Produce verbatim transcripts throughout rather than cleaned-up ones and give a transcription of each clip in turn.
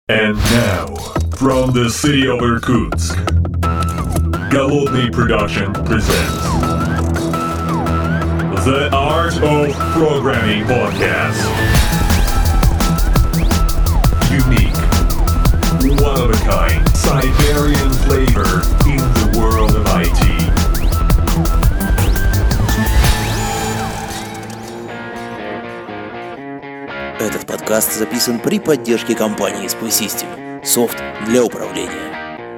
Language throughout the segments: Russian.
And now, from the city of Irkutsk, Голодный Production presents The Art of Programming Podcast. Unique, one-of-a-kind, Siberian flavor in the world of ай ти. Этот подкаст записан при поддержке компании Spy System. Софт для управления.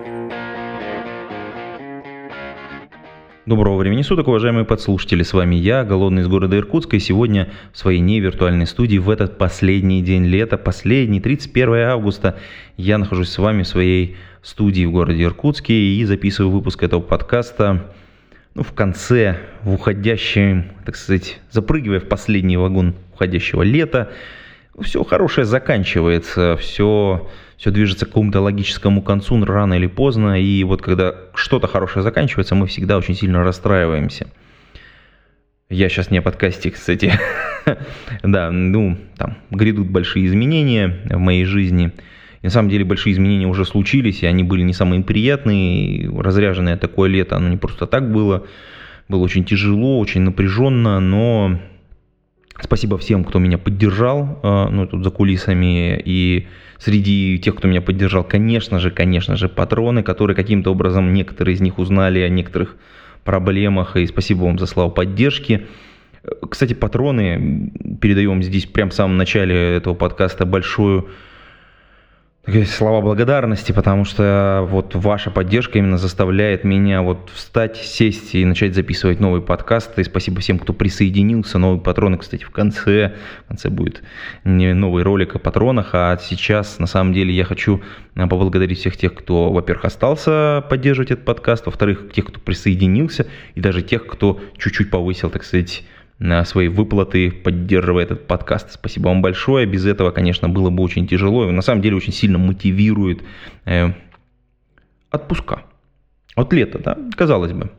Доброго времени суток, уважаемые подслушатели. С вами я, Голодный из города Иркутска, и сегодня в своей невиртуальной студии в этот последний день лета, последний, тридцать первого августа, я нахожусь с вами в своей студии в городе Иркутске и записываю выпуск этого подкаста ну, в конце, в уходящем, так сказать, запрыгивая в последний вагон уходящего лета. Все хорошее заканчивается, все, все движется к какому-то логическому концу рано или поздно, и вот когда что-то хорошее заканчивается, мы всегда очень сильно расстраиваемся. Я сейчас не о подкасте, кстати. Да, ну, там грядут большие изменения в моей жизни. И на самом деле большие изменения уже случились, и они были не самые приятные. И разряженное такое лето, оно не просто так было. Было очень тяжело, очень напряженно, но... Спасибо всем, кто меня поддержал, ну, тут за кулисами, и среди тех, кто меня поддержал, конечно же, конечно же, патроны, которые каким-то образом, некоторые из них узнали о некоторых проблемах, и спасибо вам за слова поддержки. Кстати, патроны, передаем здесь прямо в самом начале этого подкаста большую слова благодарности, потому что вот ваша поддержка именно заставляет меня вот встать, сесть и начать записывать новые подкасты. И спасибо всем, кто присоединился. Новые патроны, кстати, в конце. В конце будет не новый ролик о патронах, а сейчас, на самом деле, я хочу поблагодарить всех тех, кто, во-первых, остался поддерживать этот подкаст, во-вторых, тех, кто присоединился, и даже тех, кто чуть-чуть повысил, так сказать, на свои выплаты, поддерживая этот подкаст. Спасибо вам большое. Без этого, конечно, было бы очень тяжело. И на самом деле очень сильно мотивирует э, отпуска. От лета, да, казалось бы.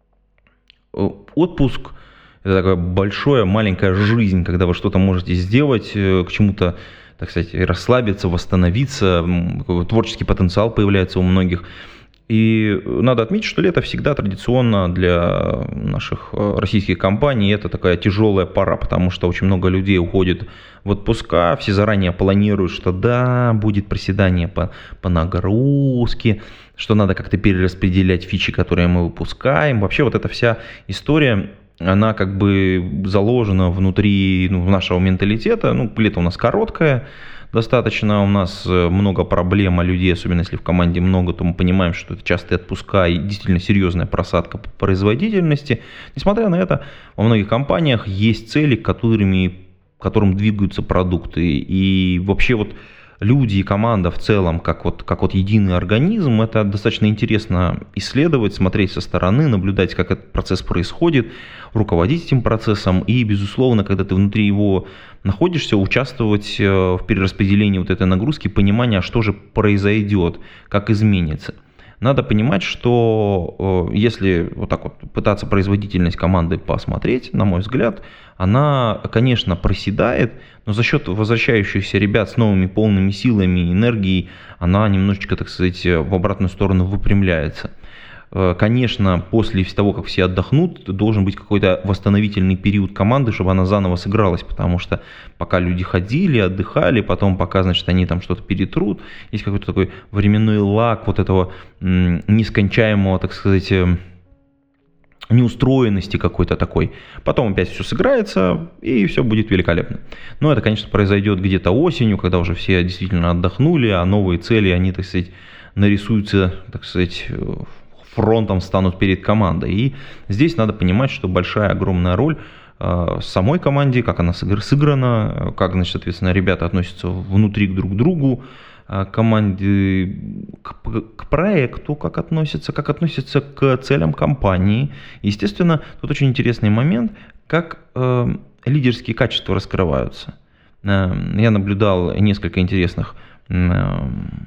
Отпуск – это такая большая, маленькая жизнь, когда вы что-то можете сделать, э, к чему-то, так сказать, расслабиться, восстановиться. Творческий потенциал появляется у многих. И надо отметить, что лето всегда традиционно для наших российских компаний это такая тяжелая пора, потому что очень много людей уходит в отпуска, все заранее планируют, что да, будет проседание по, по нагрузке, что надо как-то перераспределять фичи, которые мы выпускаем. Вообще вот эта вся история, она как бы заложена внутри ну, нашего менталитета. Ну, лето у нас короткое. Достаточно, у нас много проблем, а людей, особенно если в команде много, то мы понимаем, что это частые отпуска и действительно серьезная просадка по производительности. Несмотря на это, во многих компаниях есть цели, которыми, к которым двигаются продукты. И вообще вот люди и команда в целом, как вот, как вот единый организм, это достаточно интересно исследовать, смотреть со стороны, наблюдать, как этот процесс происходит, руководить этим процессом и, безусловно, когда ты внутри его находишься, участвовать в перераспределении вот этой нагрузки, понимания, что же произойдет, как изменится. Надо понимать, что если вот так вот пытаться производительность команды посмотреть, на мой взгляд, она, конечно, проседает, но за счет возвращающихся ребят с новыми полными силами, энергией, она немножечко, так сказать, в обратную сторону выпрямляется. Конечно, после того, как все отдохнут, должен быть какой-то восстановительный период команды, чтобы она заново сыгралась, потому что пока люди ходили, отдыхали, потом пока, значит, они там что-то перетрут, есть какой-то такой временной лаг вот этого м, нескончаемого, так сказать, неустроенности какой-то такой. Потом опять все сыграется, и все будет великолепно. Но это, конечно, произойдет где-то осенью, когда уже все действительно отдохнули, а новые цели, они, так сказать, нарисуются, так сказать, фронтом станут перед командой. И здесь надо понимать, что большая, огромная роль э, самой команде, как она сыграна, как, значит, соответственно, ребята относятся внутри друг к другу, э, команде, к, к проекту, как относятся, как относятся к целям компании. Естественно, тут очень интересный момент, как э, лидерские качества раскрываются. Э, я наблюдал несколько интересных э,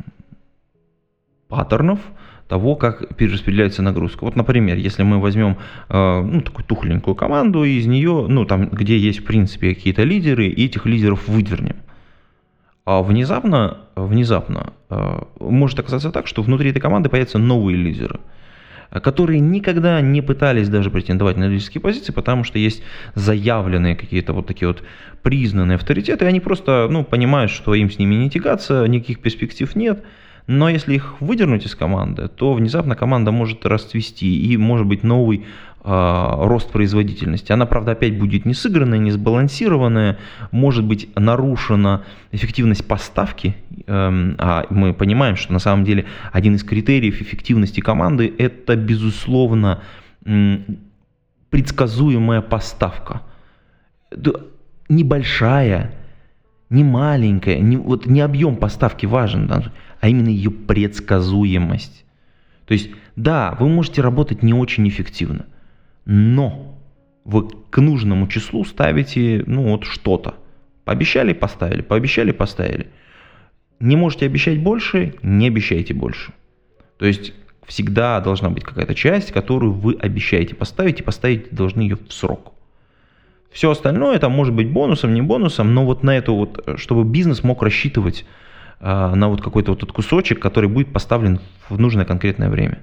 паттернов того, как перераспределяется нагрузка. Вот, например, если мы возьмем э, ну, такую тухленькую команду, и из нее, ну, там, где есть, в принципе, какие-то лидеры, и этих лидеров выдернем. А внезапно, внезапно может оказаться так, что внутри этой команды появятся новые лидеры, которые никогда не пытались даже претендовать на лидерские позиции, потому что есть заявленные какие-то вот такие вот признанные авторитеты, и они просто, ну, понимают, что им с ними не тягаться, никаких перспектив нет. Но если их выдернуть из команды, то внезапно команда может расцвести и может быть новый э, рост производительности. Она, правда, опять будет не сыгранная, не сбалансированная, может быть нарушена эффективность поставки. Э, а мы понимаем, что на самом деле один из критериев эффективности команды – это, безусловно, э, предсказуемая поставка. Небольшая, не маленькая, не, вот не объем поставки важен, да, а именно ее предсказуемость. То есть, да, вы можете работать не очень эффективно, но вы к нужному числу ставите, ну, вот что-то. Пообещали – поставили, пообещали – поставили. Не можете обещать больше – не обещайте больше. То есть, всегда должна быть какая-то часть, которую вы обещаете поставить, и поставить должны ее в срок. Все остальное там может быть бонусом, не бонусом, но вот на эту вот, чтобы бизнес мог рассчитывать э, на вот какой-то вот этот кусочек, который будет поставлен в нужное конкретное время.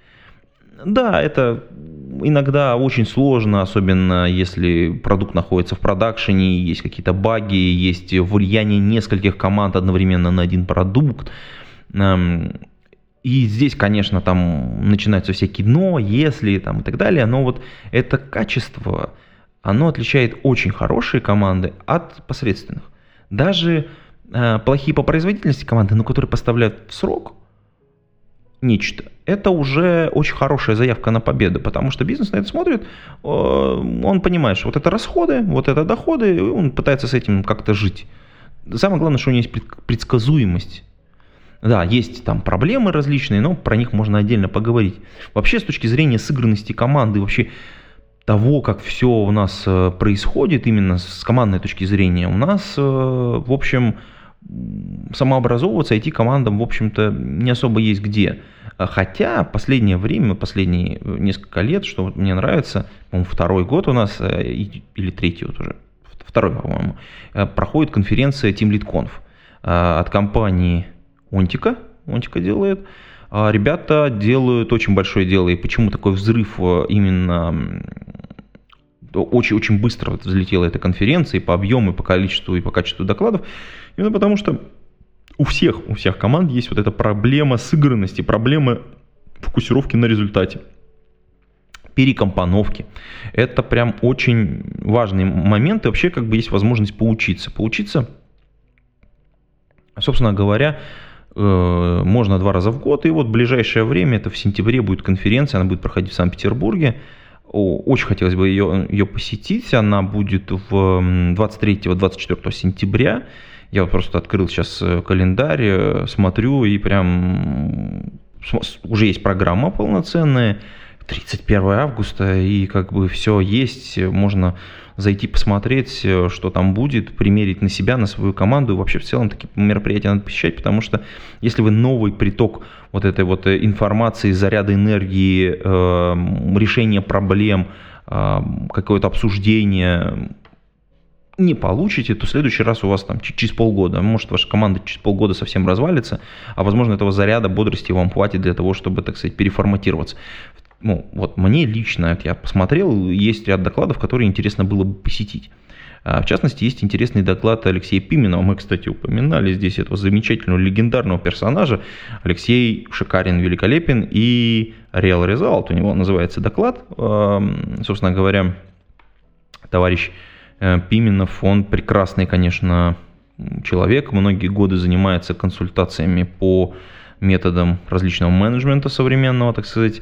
Да, это иногда очень сложно, особенно если продукт находится в продакшене, есть какие-то баги, есть влияние нескольких команд одновременно на один продукт. Эм, и здесь, конечно, там начинаются всякие «но», «если» там, и так далее, но вот это качество, оно отличает очень хорошие команды от посредственных. Даже э, плохие по производительности команды, но которые поставляют в срок нечто, это уже очень хорошая заявка на победу, потому что бизнес на это смотрит, э, он понимает, что вот это расходы, вот это доходы, и он пытается с этим как-то жить. Самое главное, что у него есть предсказуемость. Да, есть там проблемы различные, но про них можно отдельно поговорить. Вообще, с точки зрения сыгранности команды, вообще того, как все у нас происходит, именно с командной точки зрения, у нас, в общем, самообразовываться ай ти-командам, в общем-то, не особо есть где. Хотя последнее время, последние несколько лет, что вот мне нравится, по-моему, второй год у нас, или третий вот уже, второй, по-моему, проходит конференция TeamLead.Conf от компании Онтика, Онтика делает. Ребята делают очень большое дело, и почему такой взрыв именно очень-очень быстро взлетела эта конференция и по объему, и по количеству, и по качеству докладов, именно потому что у всех, у всех команд есть вот эта проблема сыгранности, проблема фокусировки на результате, перекомпоновки. Это прям очень важный момент, и вообще как бы есть возможность поучиться. Поучиться, собственно говоря, можно два раза в год, и вот в ближайшее время, это в сентябре будет конференция, она будет проходить в Санкт-Петербурге. Очень хотелось бы ее, ее посетить, она будет в двадцать третьего — двадцать четвёртого сентября. Я вот просто открыл сейчас календарь, смотрю, и прям уже есть программа полноценная, тридцать первого августа, и как бы все есть, можно зайти посмотреть, что там будет, примерить на себя, на свою команду. И вообще в целом такие мероприятия надо посещать, потому что если вы новый приток вот этой вот информации, заряда энергии, э, решения проблем, э, какое-то обсуждение не получите, то в следующий раз у вас там через полгода, может ваша команда через полгода совсем развалится, а возможно этого заряда, бодрости вам хватит для того, чтобы, так сказать, переформатироваться. Ну, вот мне лично, я посмотрел, есть ряд докладов, которые интересно было бы посетить. В частности, есть интересный доклад Алексея Пименова. Мы, кстати, упоминали здесь этого замечательного, легендарного персонажа. Алексей шикарен, великолепен, и Real Result, у него называется доклад. Собственно говоря, товарищ Пименов, он прекрасный, конечно, человек, многие годы занимается консультациями по методам различного менеджмента современного, так сказать,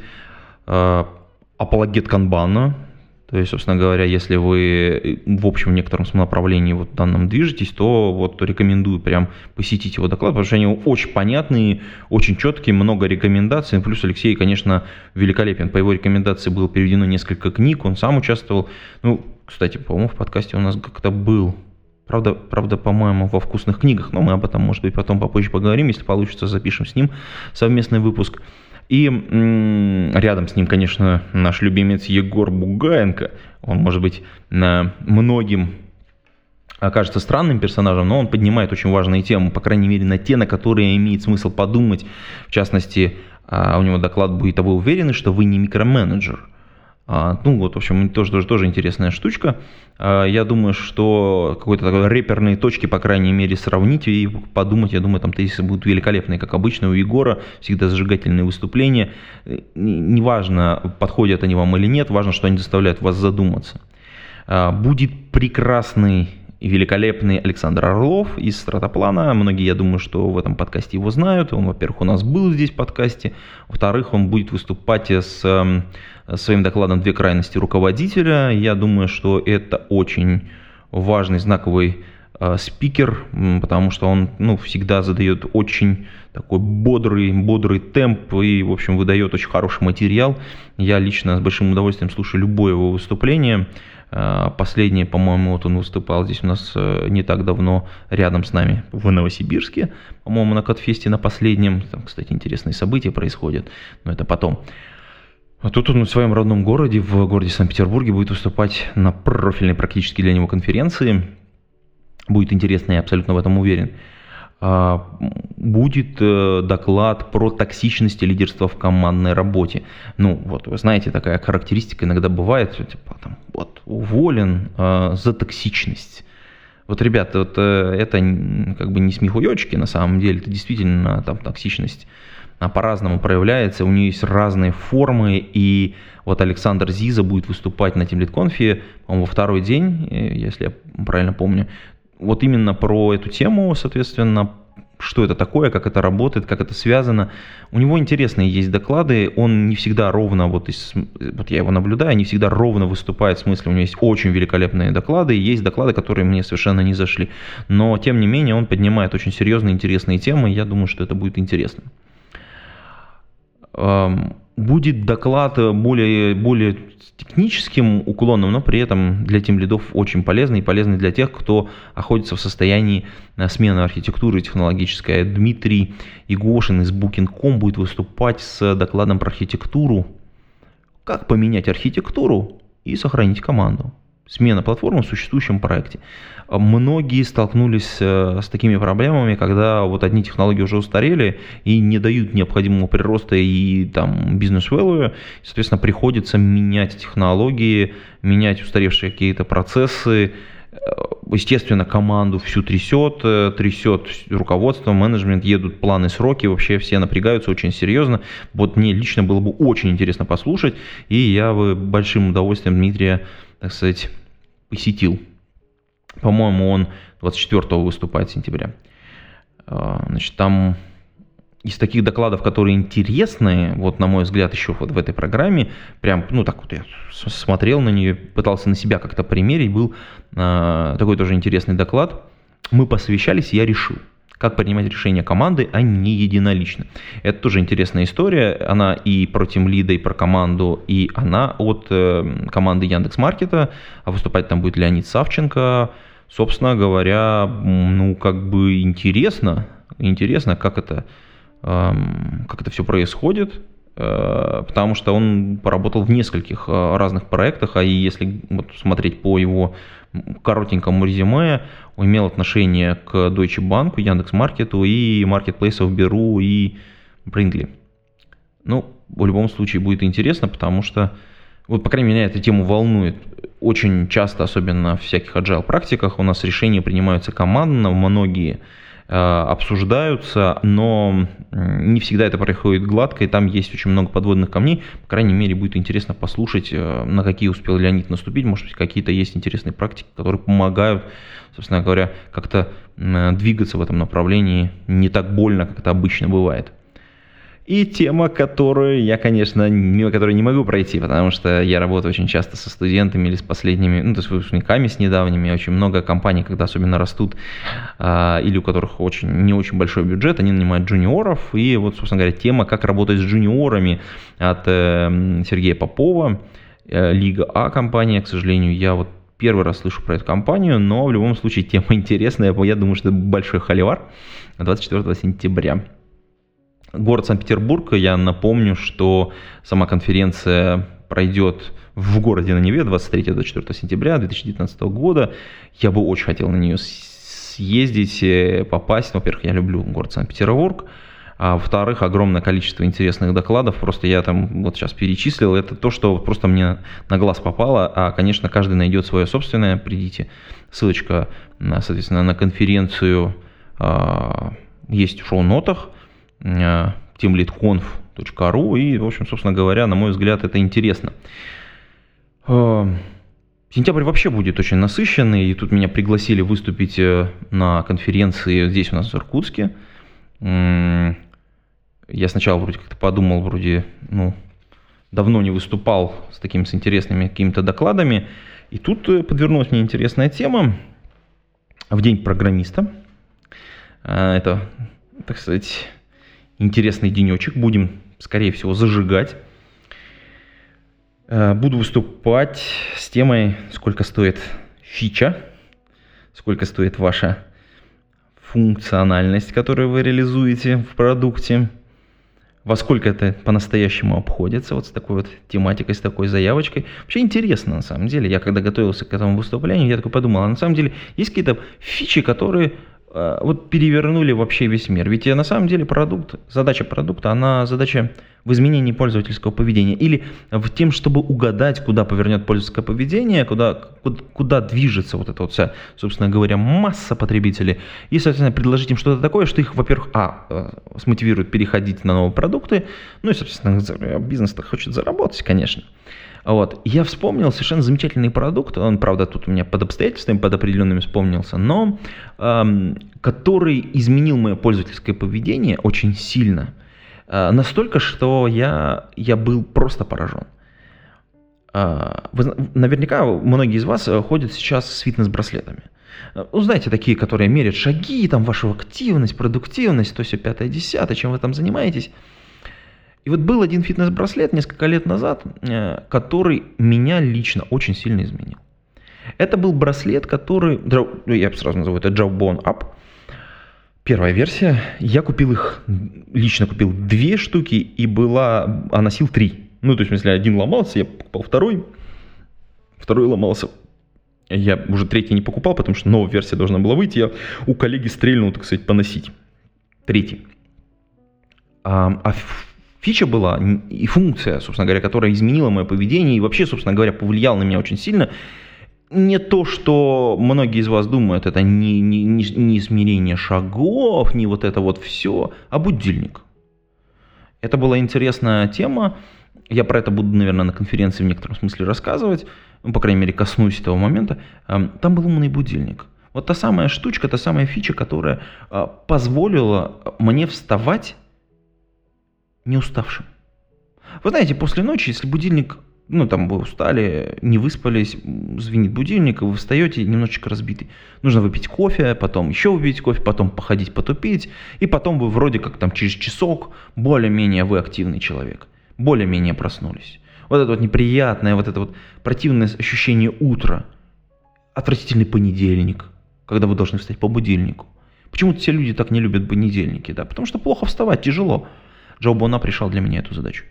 апологет канбана. То есть, собственно говоря, если вы в общем в некотором направлении вот данном движетесь, то вот рекомендую прям посетить его доклад, потому что они очень понятные, очень четкие, много рекомендаций. Плюс Алексей, конечно, великолепен. По его рекомендации было переведено несколько книг, он сам участвовал. Ну, кстати, по-моему, в подкасте у нас как-то был. Правда, правда, по-моему, во вкусных книгах, но мы об этом, может быть, потом попозже поговорим, если получится, запишем с ним совместный выпуск. И м- рядом с ним, конечно, наш любимец Егор Бугаенко. Он, может быть, на многим кажется странным персонажем, но он поднимает очень важные темы, по крайней мере, на те, на которые имеет смысл подумать. В частности, у него доклад будет: а вы уверены, что вы не микроменеджер? Ну вот, в общем, тоже, тоже, тоже интересная штучка. Я думаю, что какой-то такой реперные точки, по крайней мере, сравнить и подумать, я думаю, там тезисы будут великолепные, как обычно у Егора, всегда зажигательные выступления. Неважно, подходят они вам или нет, важно, что они заставляют вас задуматься. Будет прекрасный и великолепный Александр Орлов из Стратоплана. Многие, я думаю, что в этом подкасте его знают. Он, во-первых, у нас был здесь в подкасте. Во-вторых, он будет выступать с своим докладом «Две крайности руководителя». Я думаю, что это очень важный, знаковый э, спикер, потому что он ну, всегда задает очень такой бодрый, бодрый темп и, в общем, выдает очень хороший материал. Я лично с большим удовольствием слушаю любое его выступление. Последнее, по-моему, вот он выступал здесь у нас не так давно рядом с нами в Новосибирске, по-моему, на Кодфесте на последнем. Там, кстати, интересные события происходят, но это потом. А тут он в своем родном городе, в городе Санкт-Петербурге, будет выступать на профильной практически для него конференции. Будет интересно, я абсолютно в этом уверен. Будет доклад про токсичность и лидерство в командной работе. Ну, вот, вы знаете, такая характеристика иногда бывает, типа, там, вот, уволен э, за токсичность. Вот, ребята, вот, э, это как бы не смехуёчки, на самом деле, это действительно там токсичность по-разному проявляется, у нее есть разные формы, и вот Александр Зиза будет выступать на TeamLead-конфе, по-моему, во второй день, если я правильно помню. Вот именно про эту тему, соответственно, что это такое, как это работает, как это связано. У него интересные есть доклады, он не всегда ровно, вот, из, вот я его наблюдаю, не всегда ровно выступает, в смысле, у него есть очень великолепные доклады, и есть доклады, которые мне совершенно не зашли. Но, тем не менее, он поднимает очень серьезные, интересные темы, и я думаю, что это будет интересно. Будет доклад более, более техническим уклоном, но при этом для тимлидов очень полезный и полезный для тех, кто находится в состоянии смены архитектуры технологической. Дмитрий Игошин из букинг точка ком будет выступать с докладом про архитектуру. Как поменять архитектуру и сохранить команду. Смена платформы в существующем проекте. Многие столкнулись с такими проблемами, когда вот одни технологии уже устарели и не дают необходимого прироста и там бизнес-value, соответственно, приходится менять технологии, менять устаревшие какие-то процессы. Естественно, команду всю трясет, трясет руководство, менеджмент, едут планы, сроки, вообще все напрягаются очень серьезно. Вот мне лично было бы очень интересно послушать, и я бы большим удовольствием Дмитрия, так сказать, посетил. По-моему, он двадцать четвёртого выступает сентября. Значит, там из таких докладов, которые интересные, вот на мой взгляд, еще вот в этой программе, прям, ну так вот я смотрел на нее, пытался на себя как-то примерить, был э, такой тоже интересный доклад. Мы посовещались, и я решил, как принимать решения команды, а не единолично. Это тоже интересная история, она и про тимлида, и про команду, и она от э, команды Яндекс.Маркета, а выступать там будет Леонид Савченко. Собственно говоря, ну как бы интересно, интересно, как это... как это все происходит, потому что он поработал в нескольких разных проектах, а если вот смотреть по его коротенькому резюме, он имел отношение к Deutsche Bank, Яндекс.Маркету и маркетплейсов Беру и Bringly. Ну, в любом случае будет интересно, потому что, вот, по крайней мере, меня эта тема волнует. Очень часто, особенно в всяких agile практиках, у нас решения принимаются командно, многие обсуждаются, но не всегда это происходит гладко, и там есть очень много подводных камней. По крайней мере, будет интересно послушать, на какие успел Леонид наступить. Может быть, какие-то есть интересные практики, которые помогают, собственно говоря, как-то двигаться в этом направлении не так больно, как это обычно бывает. И тема, которую я, конечно, мимо которой не могу пройти, потому что я работаю очень часто со студентами или с последними, ну, то есть выпускниками, с недавними. Очень много компаний, когда особенно растут, а, или у которых очень, не очень большой бюджет, они нанимают джуниоров. И вот, собственно говоря, тема, как работать с джуниорами от э, Сергея Попова, э, Лига А компания. К сожалению, я вот первый раз слышу про эту компанию, но в любом случае тема интересная. Я думаю, что это большой холивар двадцать четвёртого сентября. Город Санкт-Петербург, я напомню, что сама конференция пройдет в городе на Неве двадцать третьего — двадцать четвёртого сентября две тысячи девятнадцатого года. Я бы очень хотел на нее съездить, попасть. Во-первых, я люблю город Санкт-Петербург. А во-вторых, огромное количество интересных докладов. Просто я там вот сейчас перечислил. Это то, что просто мне на глаз попало. А, конечно, каждый найдет свое собственное. Придите. Ссылочка, соответственно, на конференцию есть в шоу-нотах. тим лид конф точка ру. И, в общем, собственно говоря, на мой взгляд, это интересно. Сентябрь вообще будет очень насыщенный. И тут меня пригласили выступить на конференции здесь у нас в Иркутске. Я сначала вроде как-то подумал, вроде, ну, давно не выступал с такими, с интересными какими-то докладами. И тут подвернулась мне интересная тема. В день программиста. Это, так сказать, интересный денечек. Будем, скорее всего, зажигать. Буду выступать с темой, сколько стоит фича, сколько стоит ваша функциональность, которую вы реализуете в продукте, во сколько это по-настоящему обходится, вот с такой вот тематикой, с такой заявочкой. Вообще интересно, на самом деле. Я когда готовился к этому выступлению, я такой подумал, а на самом деле есть какие-то фичи, которые э, вот перевернули вообще весь мир. Ведь на самом деле продукт, задача продукта, она задача в изменении пользовательского поведения или в тем, чтобы угадать, куда повернет пользовательское поведение, куда, куда, куда движется вот эта вот вся, собственно говоря, масса потребителей, и, соответственно, предложить им что-то такое, что их, во-первых, а, смотивирует переходить на новые продукты, ну и, соответственно, бизнес-то хочет заработать, конечно. Вот. Я вспомнил совершенно замечательный продукт, он, правда, тут у меня под обстоятельствами, под определенными вспомнился, но эм, который изменил мое пользовательское поведение очень сильно. Настолько, что я, я был просто поражен. Вы, наверняка многие из вас ходят сейчас с фитнес-браслетами. Ну, знаете, такие, которые меряют шаги, там, вашу активность, продуктивность, то все пятое, десятое, чем вы там занимаетесь. И вот был один фитнес-браслет несколько лет назад, который меня лично очень сильно изменил. Это был браслет, который, я сразу назову это Jawbone Up. Первая версия. Я купил их, лично купил две штуки и была, а носил три. Ну, то есть, в смысле, один ломался, я покупал второй. Второй ломался. Я уже третий не покупал, потому что новая версия должна была выйти. Я у коллеги стрельнул, так сказать, поносить. Третий. А, а фича была и функция, собственно говоря, которая изменила мое поведение и вообще, собственно говоря, повлияла на меня очень сильно. Не то, что многие из вас думают, это не, не, не, не измерение шагов, не вот это вот все, а будильник. Это была интересная тема. Я про это буду, наверное, на конференции в некотором смысле рассказывать. Ну, по крайней мере, коснусь этого момента. Там был умный будильник. Вот та самая штучка, та самая фича, которая позволила мне вставать не уставшим. Вы знаете, после ночи, если будильник... Ну, там вы устали, не выспались, звенит будильник, и вы встаете немножечко разбитый. Нужно выпить кофе, потом еще выпить кофе, потом походить, потупить, и потом вы вроде как там через часок более-менее вы активный человек, более-менее проснулись. Вот это вот неприятное, вот это вот противное ощущение утра, отвратительный понедельник, когда вы должны встать по будильнику. Почему-то все люди так не любят понедельники, да, потому что плохо вставать, тяжело. Jawbone Up решал для меня эту задачу.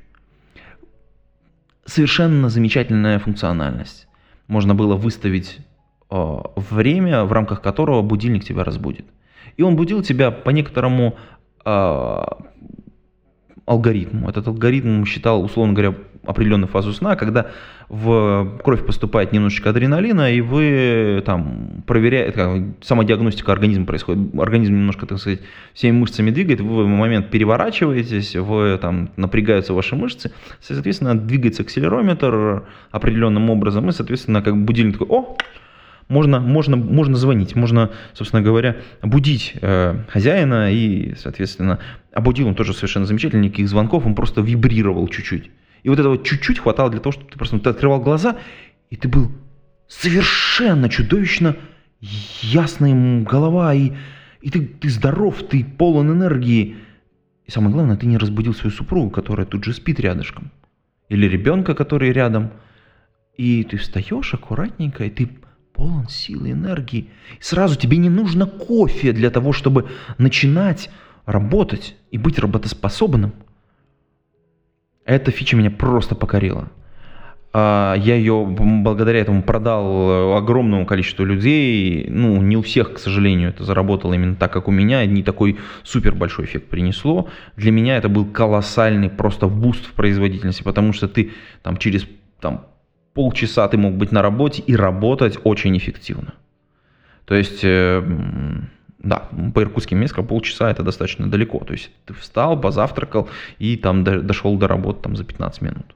Совершенно замечательная функциональность. Можно было выставить э, время, в рамках которого будильник тебя разбудит. И он будил тебя по некоторому э, алгоритму. Этот алгоритм считал, условно говоря, определенную фазу сна, когда в кровь поступает немножечко адреналина, и вы там проверяете, самодиагностика организма происходит. Организм немножко, так сказать, всеми мышцами двигает, вы в момент переворачиваетесь, вы там напрягаются ваши мышцы, соответственно, двигается акселерометр определенным образом, и, соответственно, как будильник такой, о, можно, можно, можно звонить, можно, собственно говоря, будить э, хозяина, и, соответственно, а будил он тоже совершенно замечательно, никаких звонков, он просто вибрировал чуть-чуть. И вот этого чуть-чуть хватало для того, чтобы ты просто ты открывал глаза, и ты был совершенно чудовищно ясная голова, и, и ты, ты здоров, ты полон энергии. И самое главное, ты не разбудил свою супругу, которая тут же спит рядышком. Или ребенка, который рядом. И ты встаешь аккуратненько, и ты полон силы, энергии. И сразу тебе не нужно кофе для того, чтобы начинать работать и быть работоспособным. Эта фича меня просто покорила. Я ее благодаря этому продал огромному количеству людей. Ну, не у всех, к сожалению, это заработало именно так, как у меня. Не такой супер большой эффект принесло. Для меня это был колоссальный просто буст в производительности, потому что ты там через там, полчаса ты мог быть на работе и работать очень эффективно. То есть, э, да, по иркутским меркам полчаса это достаточно далеко. То есть ты встал, позавтракал и там дошел до работы там, за пятнадцать минут.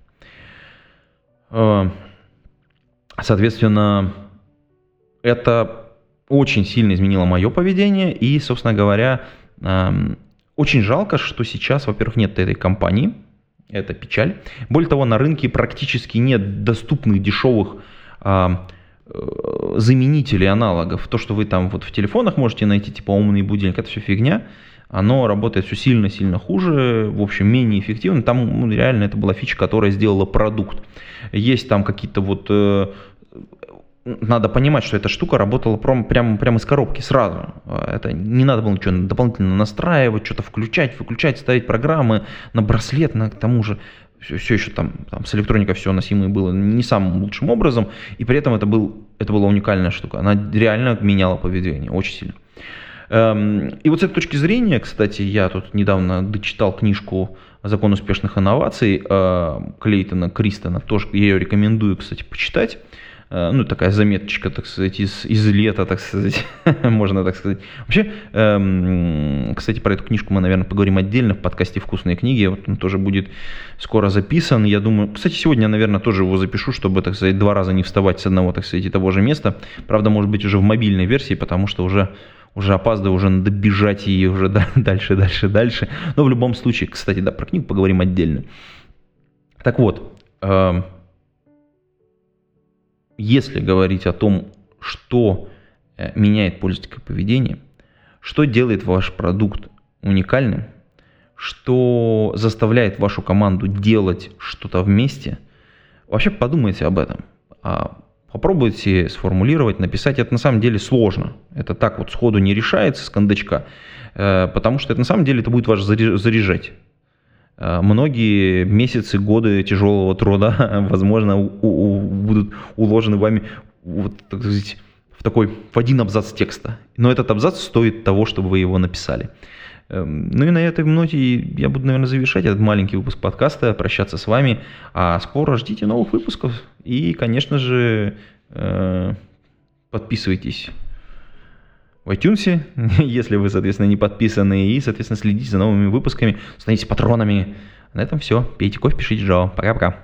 Соответственно, это очень сильно изменило мое поведение. И, собственно говоря, очень жалко, что сейчас, во-первых, нет этой компании. Это печаль. Более того, на рынке практически нет доступных дешевых заменителей, аналогов. То, что вы там вот в телефонах можете найти, типа умный будильник, это все фигня. Оно работает все сильно-сильно хуже, в общем, менее эффективно. Там ну, реально это была фича, которая сделала продукт. Есть там какие-то вот... Э, надо понимать, что эта штука работала прям, прямо, прямо из коробки сразу. Это не надо было ничего дополнительно настраивать, что-то включать, выключать, ставить программы на браслет, на, к тому же все, все еще там, там с электроникой все носимое было не самым лучшим образом. И при этом это, был, это была уникальная штука. Она реально меняла поведение очень сильно. И вот с этой точки зрения, кстати, я тут недавно дочитал книжку «Закон успешных инноваций» Клейтона Кристона, тоже я ее рекомендую, кстати, почитать. Ну, такая заметочка, так сказать, из, из лета, так сказать, можно так сказать. Вообще, эм, кстати, про эту книжку мы, наверное, поговорим отдельно в подкасте «Вкусные книги». Вот он тоже будет скоро записан. Я думаю, кстати, сегодня я, наверное, тоже его запишу, чтобы, так сказать, два раза не вставать с одного, так сказать, и того же места. Правда, может быть, уже в мобильной версии, потому что уже... Уже опаздываю, уже надо бежать и уже дальше, дальше, дальше. Но в любом случае, кстати, да, про книгу поговорим отдельно. Так вот, э, если говорить о том, что меняет пользовательское поведение, что делает ваш продукт уникальным, что заставляет вашу команду делать что-то вместе, вообще подумайте об этом. Попробуйте сформулировать, написать. Это на самом деле сложно. Это так вот сходу не решается с кондачка, потому что это на самом деле это будет вас заряжать. Многие месяцы, годы тяжелого труда, возможно, у, у, будут уложены вами вот, так сказать, в такой в один абзац текста. Но этот абзац стоит того, чтобы вы его написали. Ну и на этой ноте я буду, наверное, завершать этот маленький выпуск подкаста, прощаться с вами. А скоро ждите новых выпусков. И, конечно же, подписывайтесь в iTunes, если вы, соответственно, не подписаны. И, соответственно, следите за новыми выпусками. Становитесь патронами. На этом все. Пейте кофе, пишите Java. Пока-пока.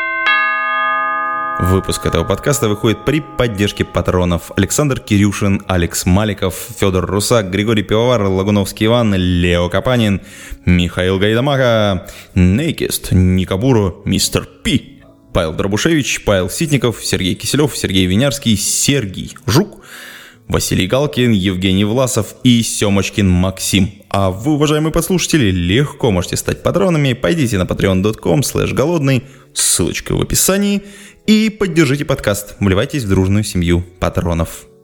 Выпуск этого подкаста выходит при поддержке патронов: Александр Кирюшин, Алекс Маликов, Федор Русак, Григорий Пивовар, Лагуновский Иван, Лео Капанин, Михаил Гайдамака, Нейкест, Никабуру, Мистер Пи, Павел Дробушевич, Павел Ситников, Сергей Киселев, Сергей Винярский, Сергей Жук, Василий Галкин, Евгений Власов и Семочкин Максим. А вы, уважаемые подслушатели, легко можете стать патронами. Пойдите на patreon dot com slash голодный, ссылочка в описании, и поддержите подкаст. Вливайтесь в дружную семью патронов.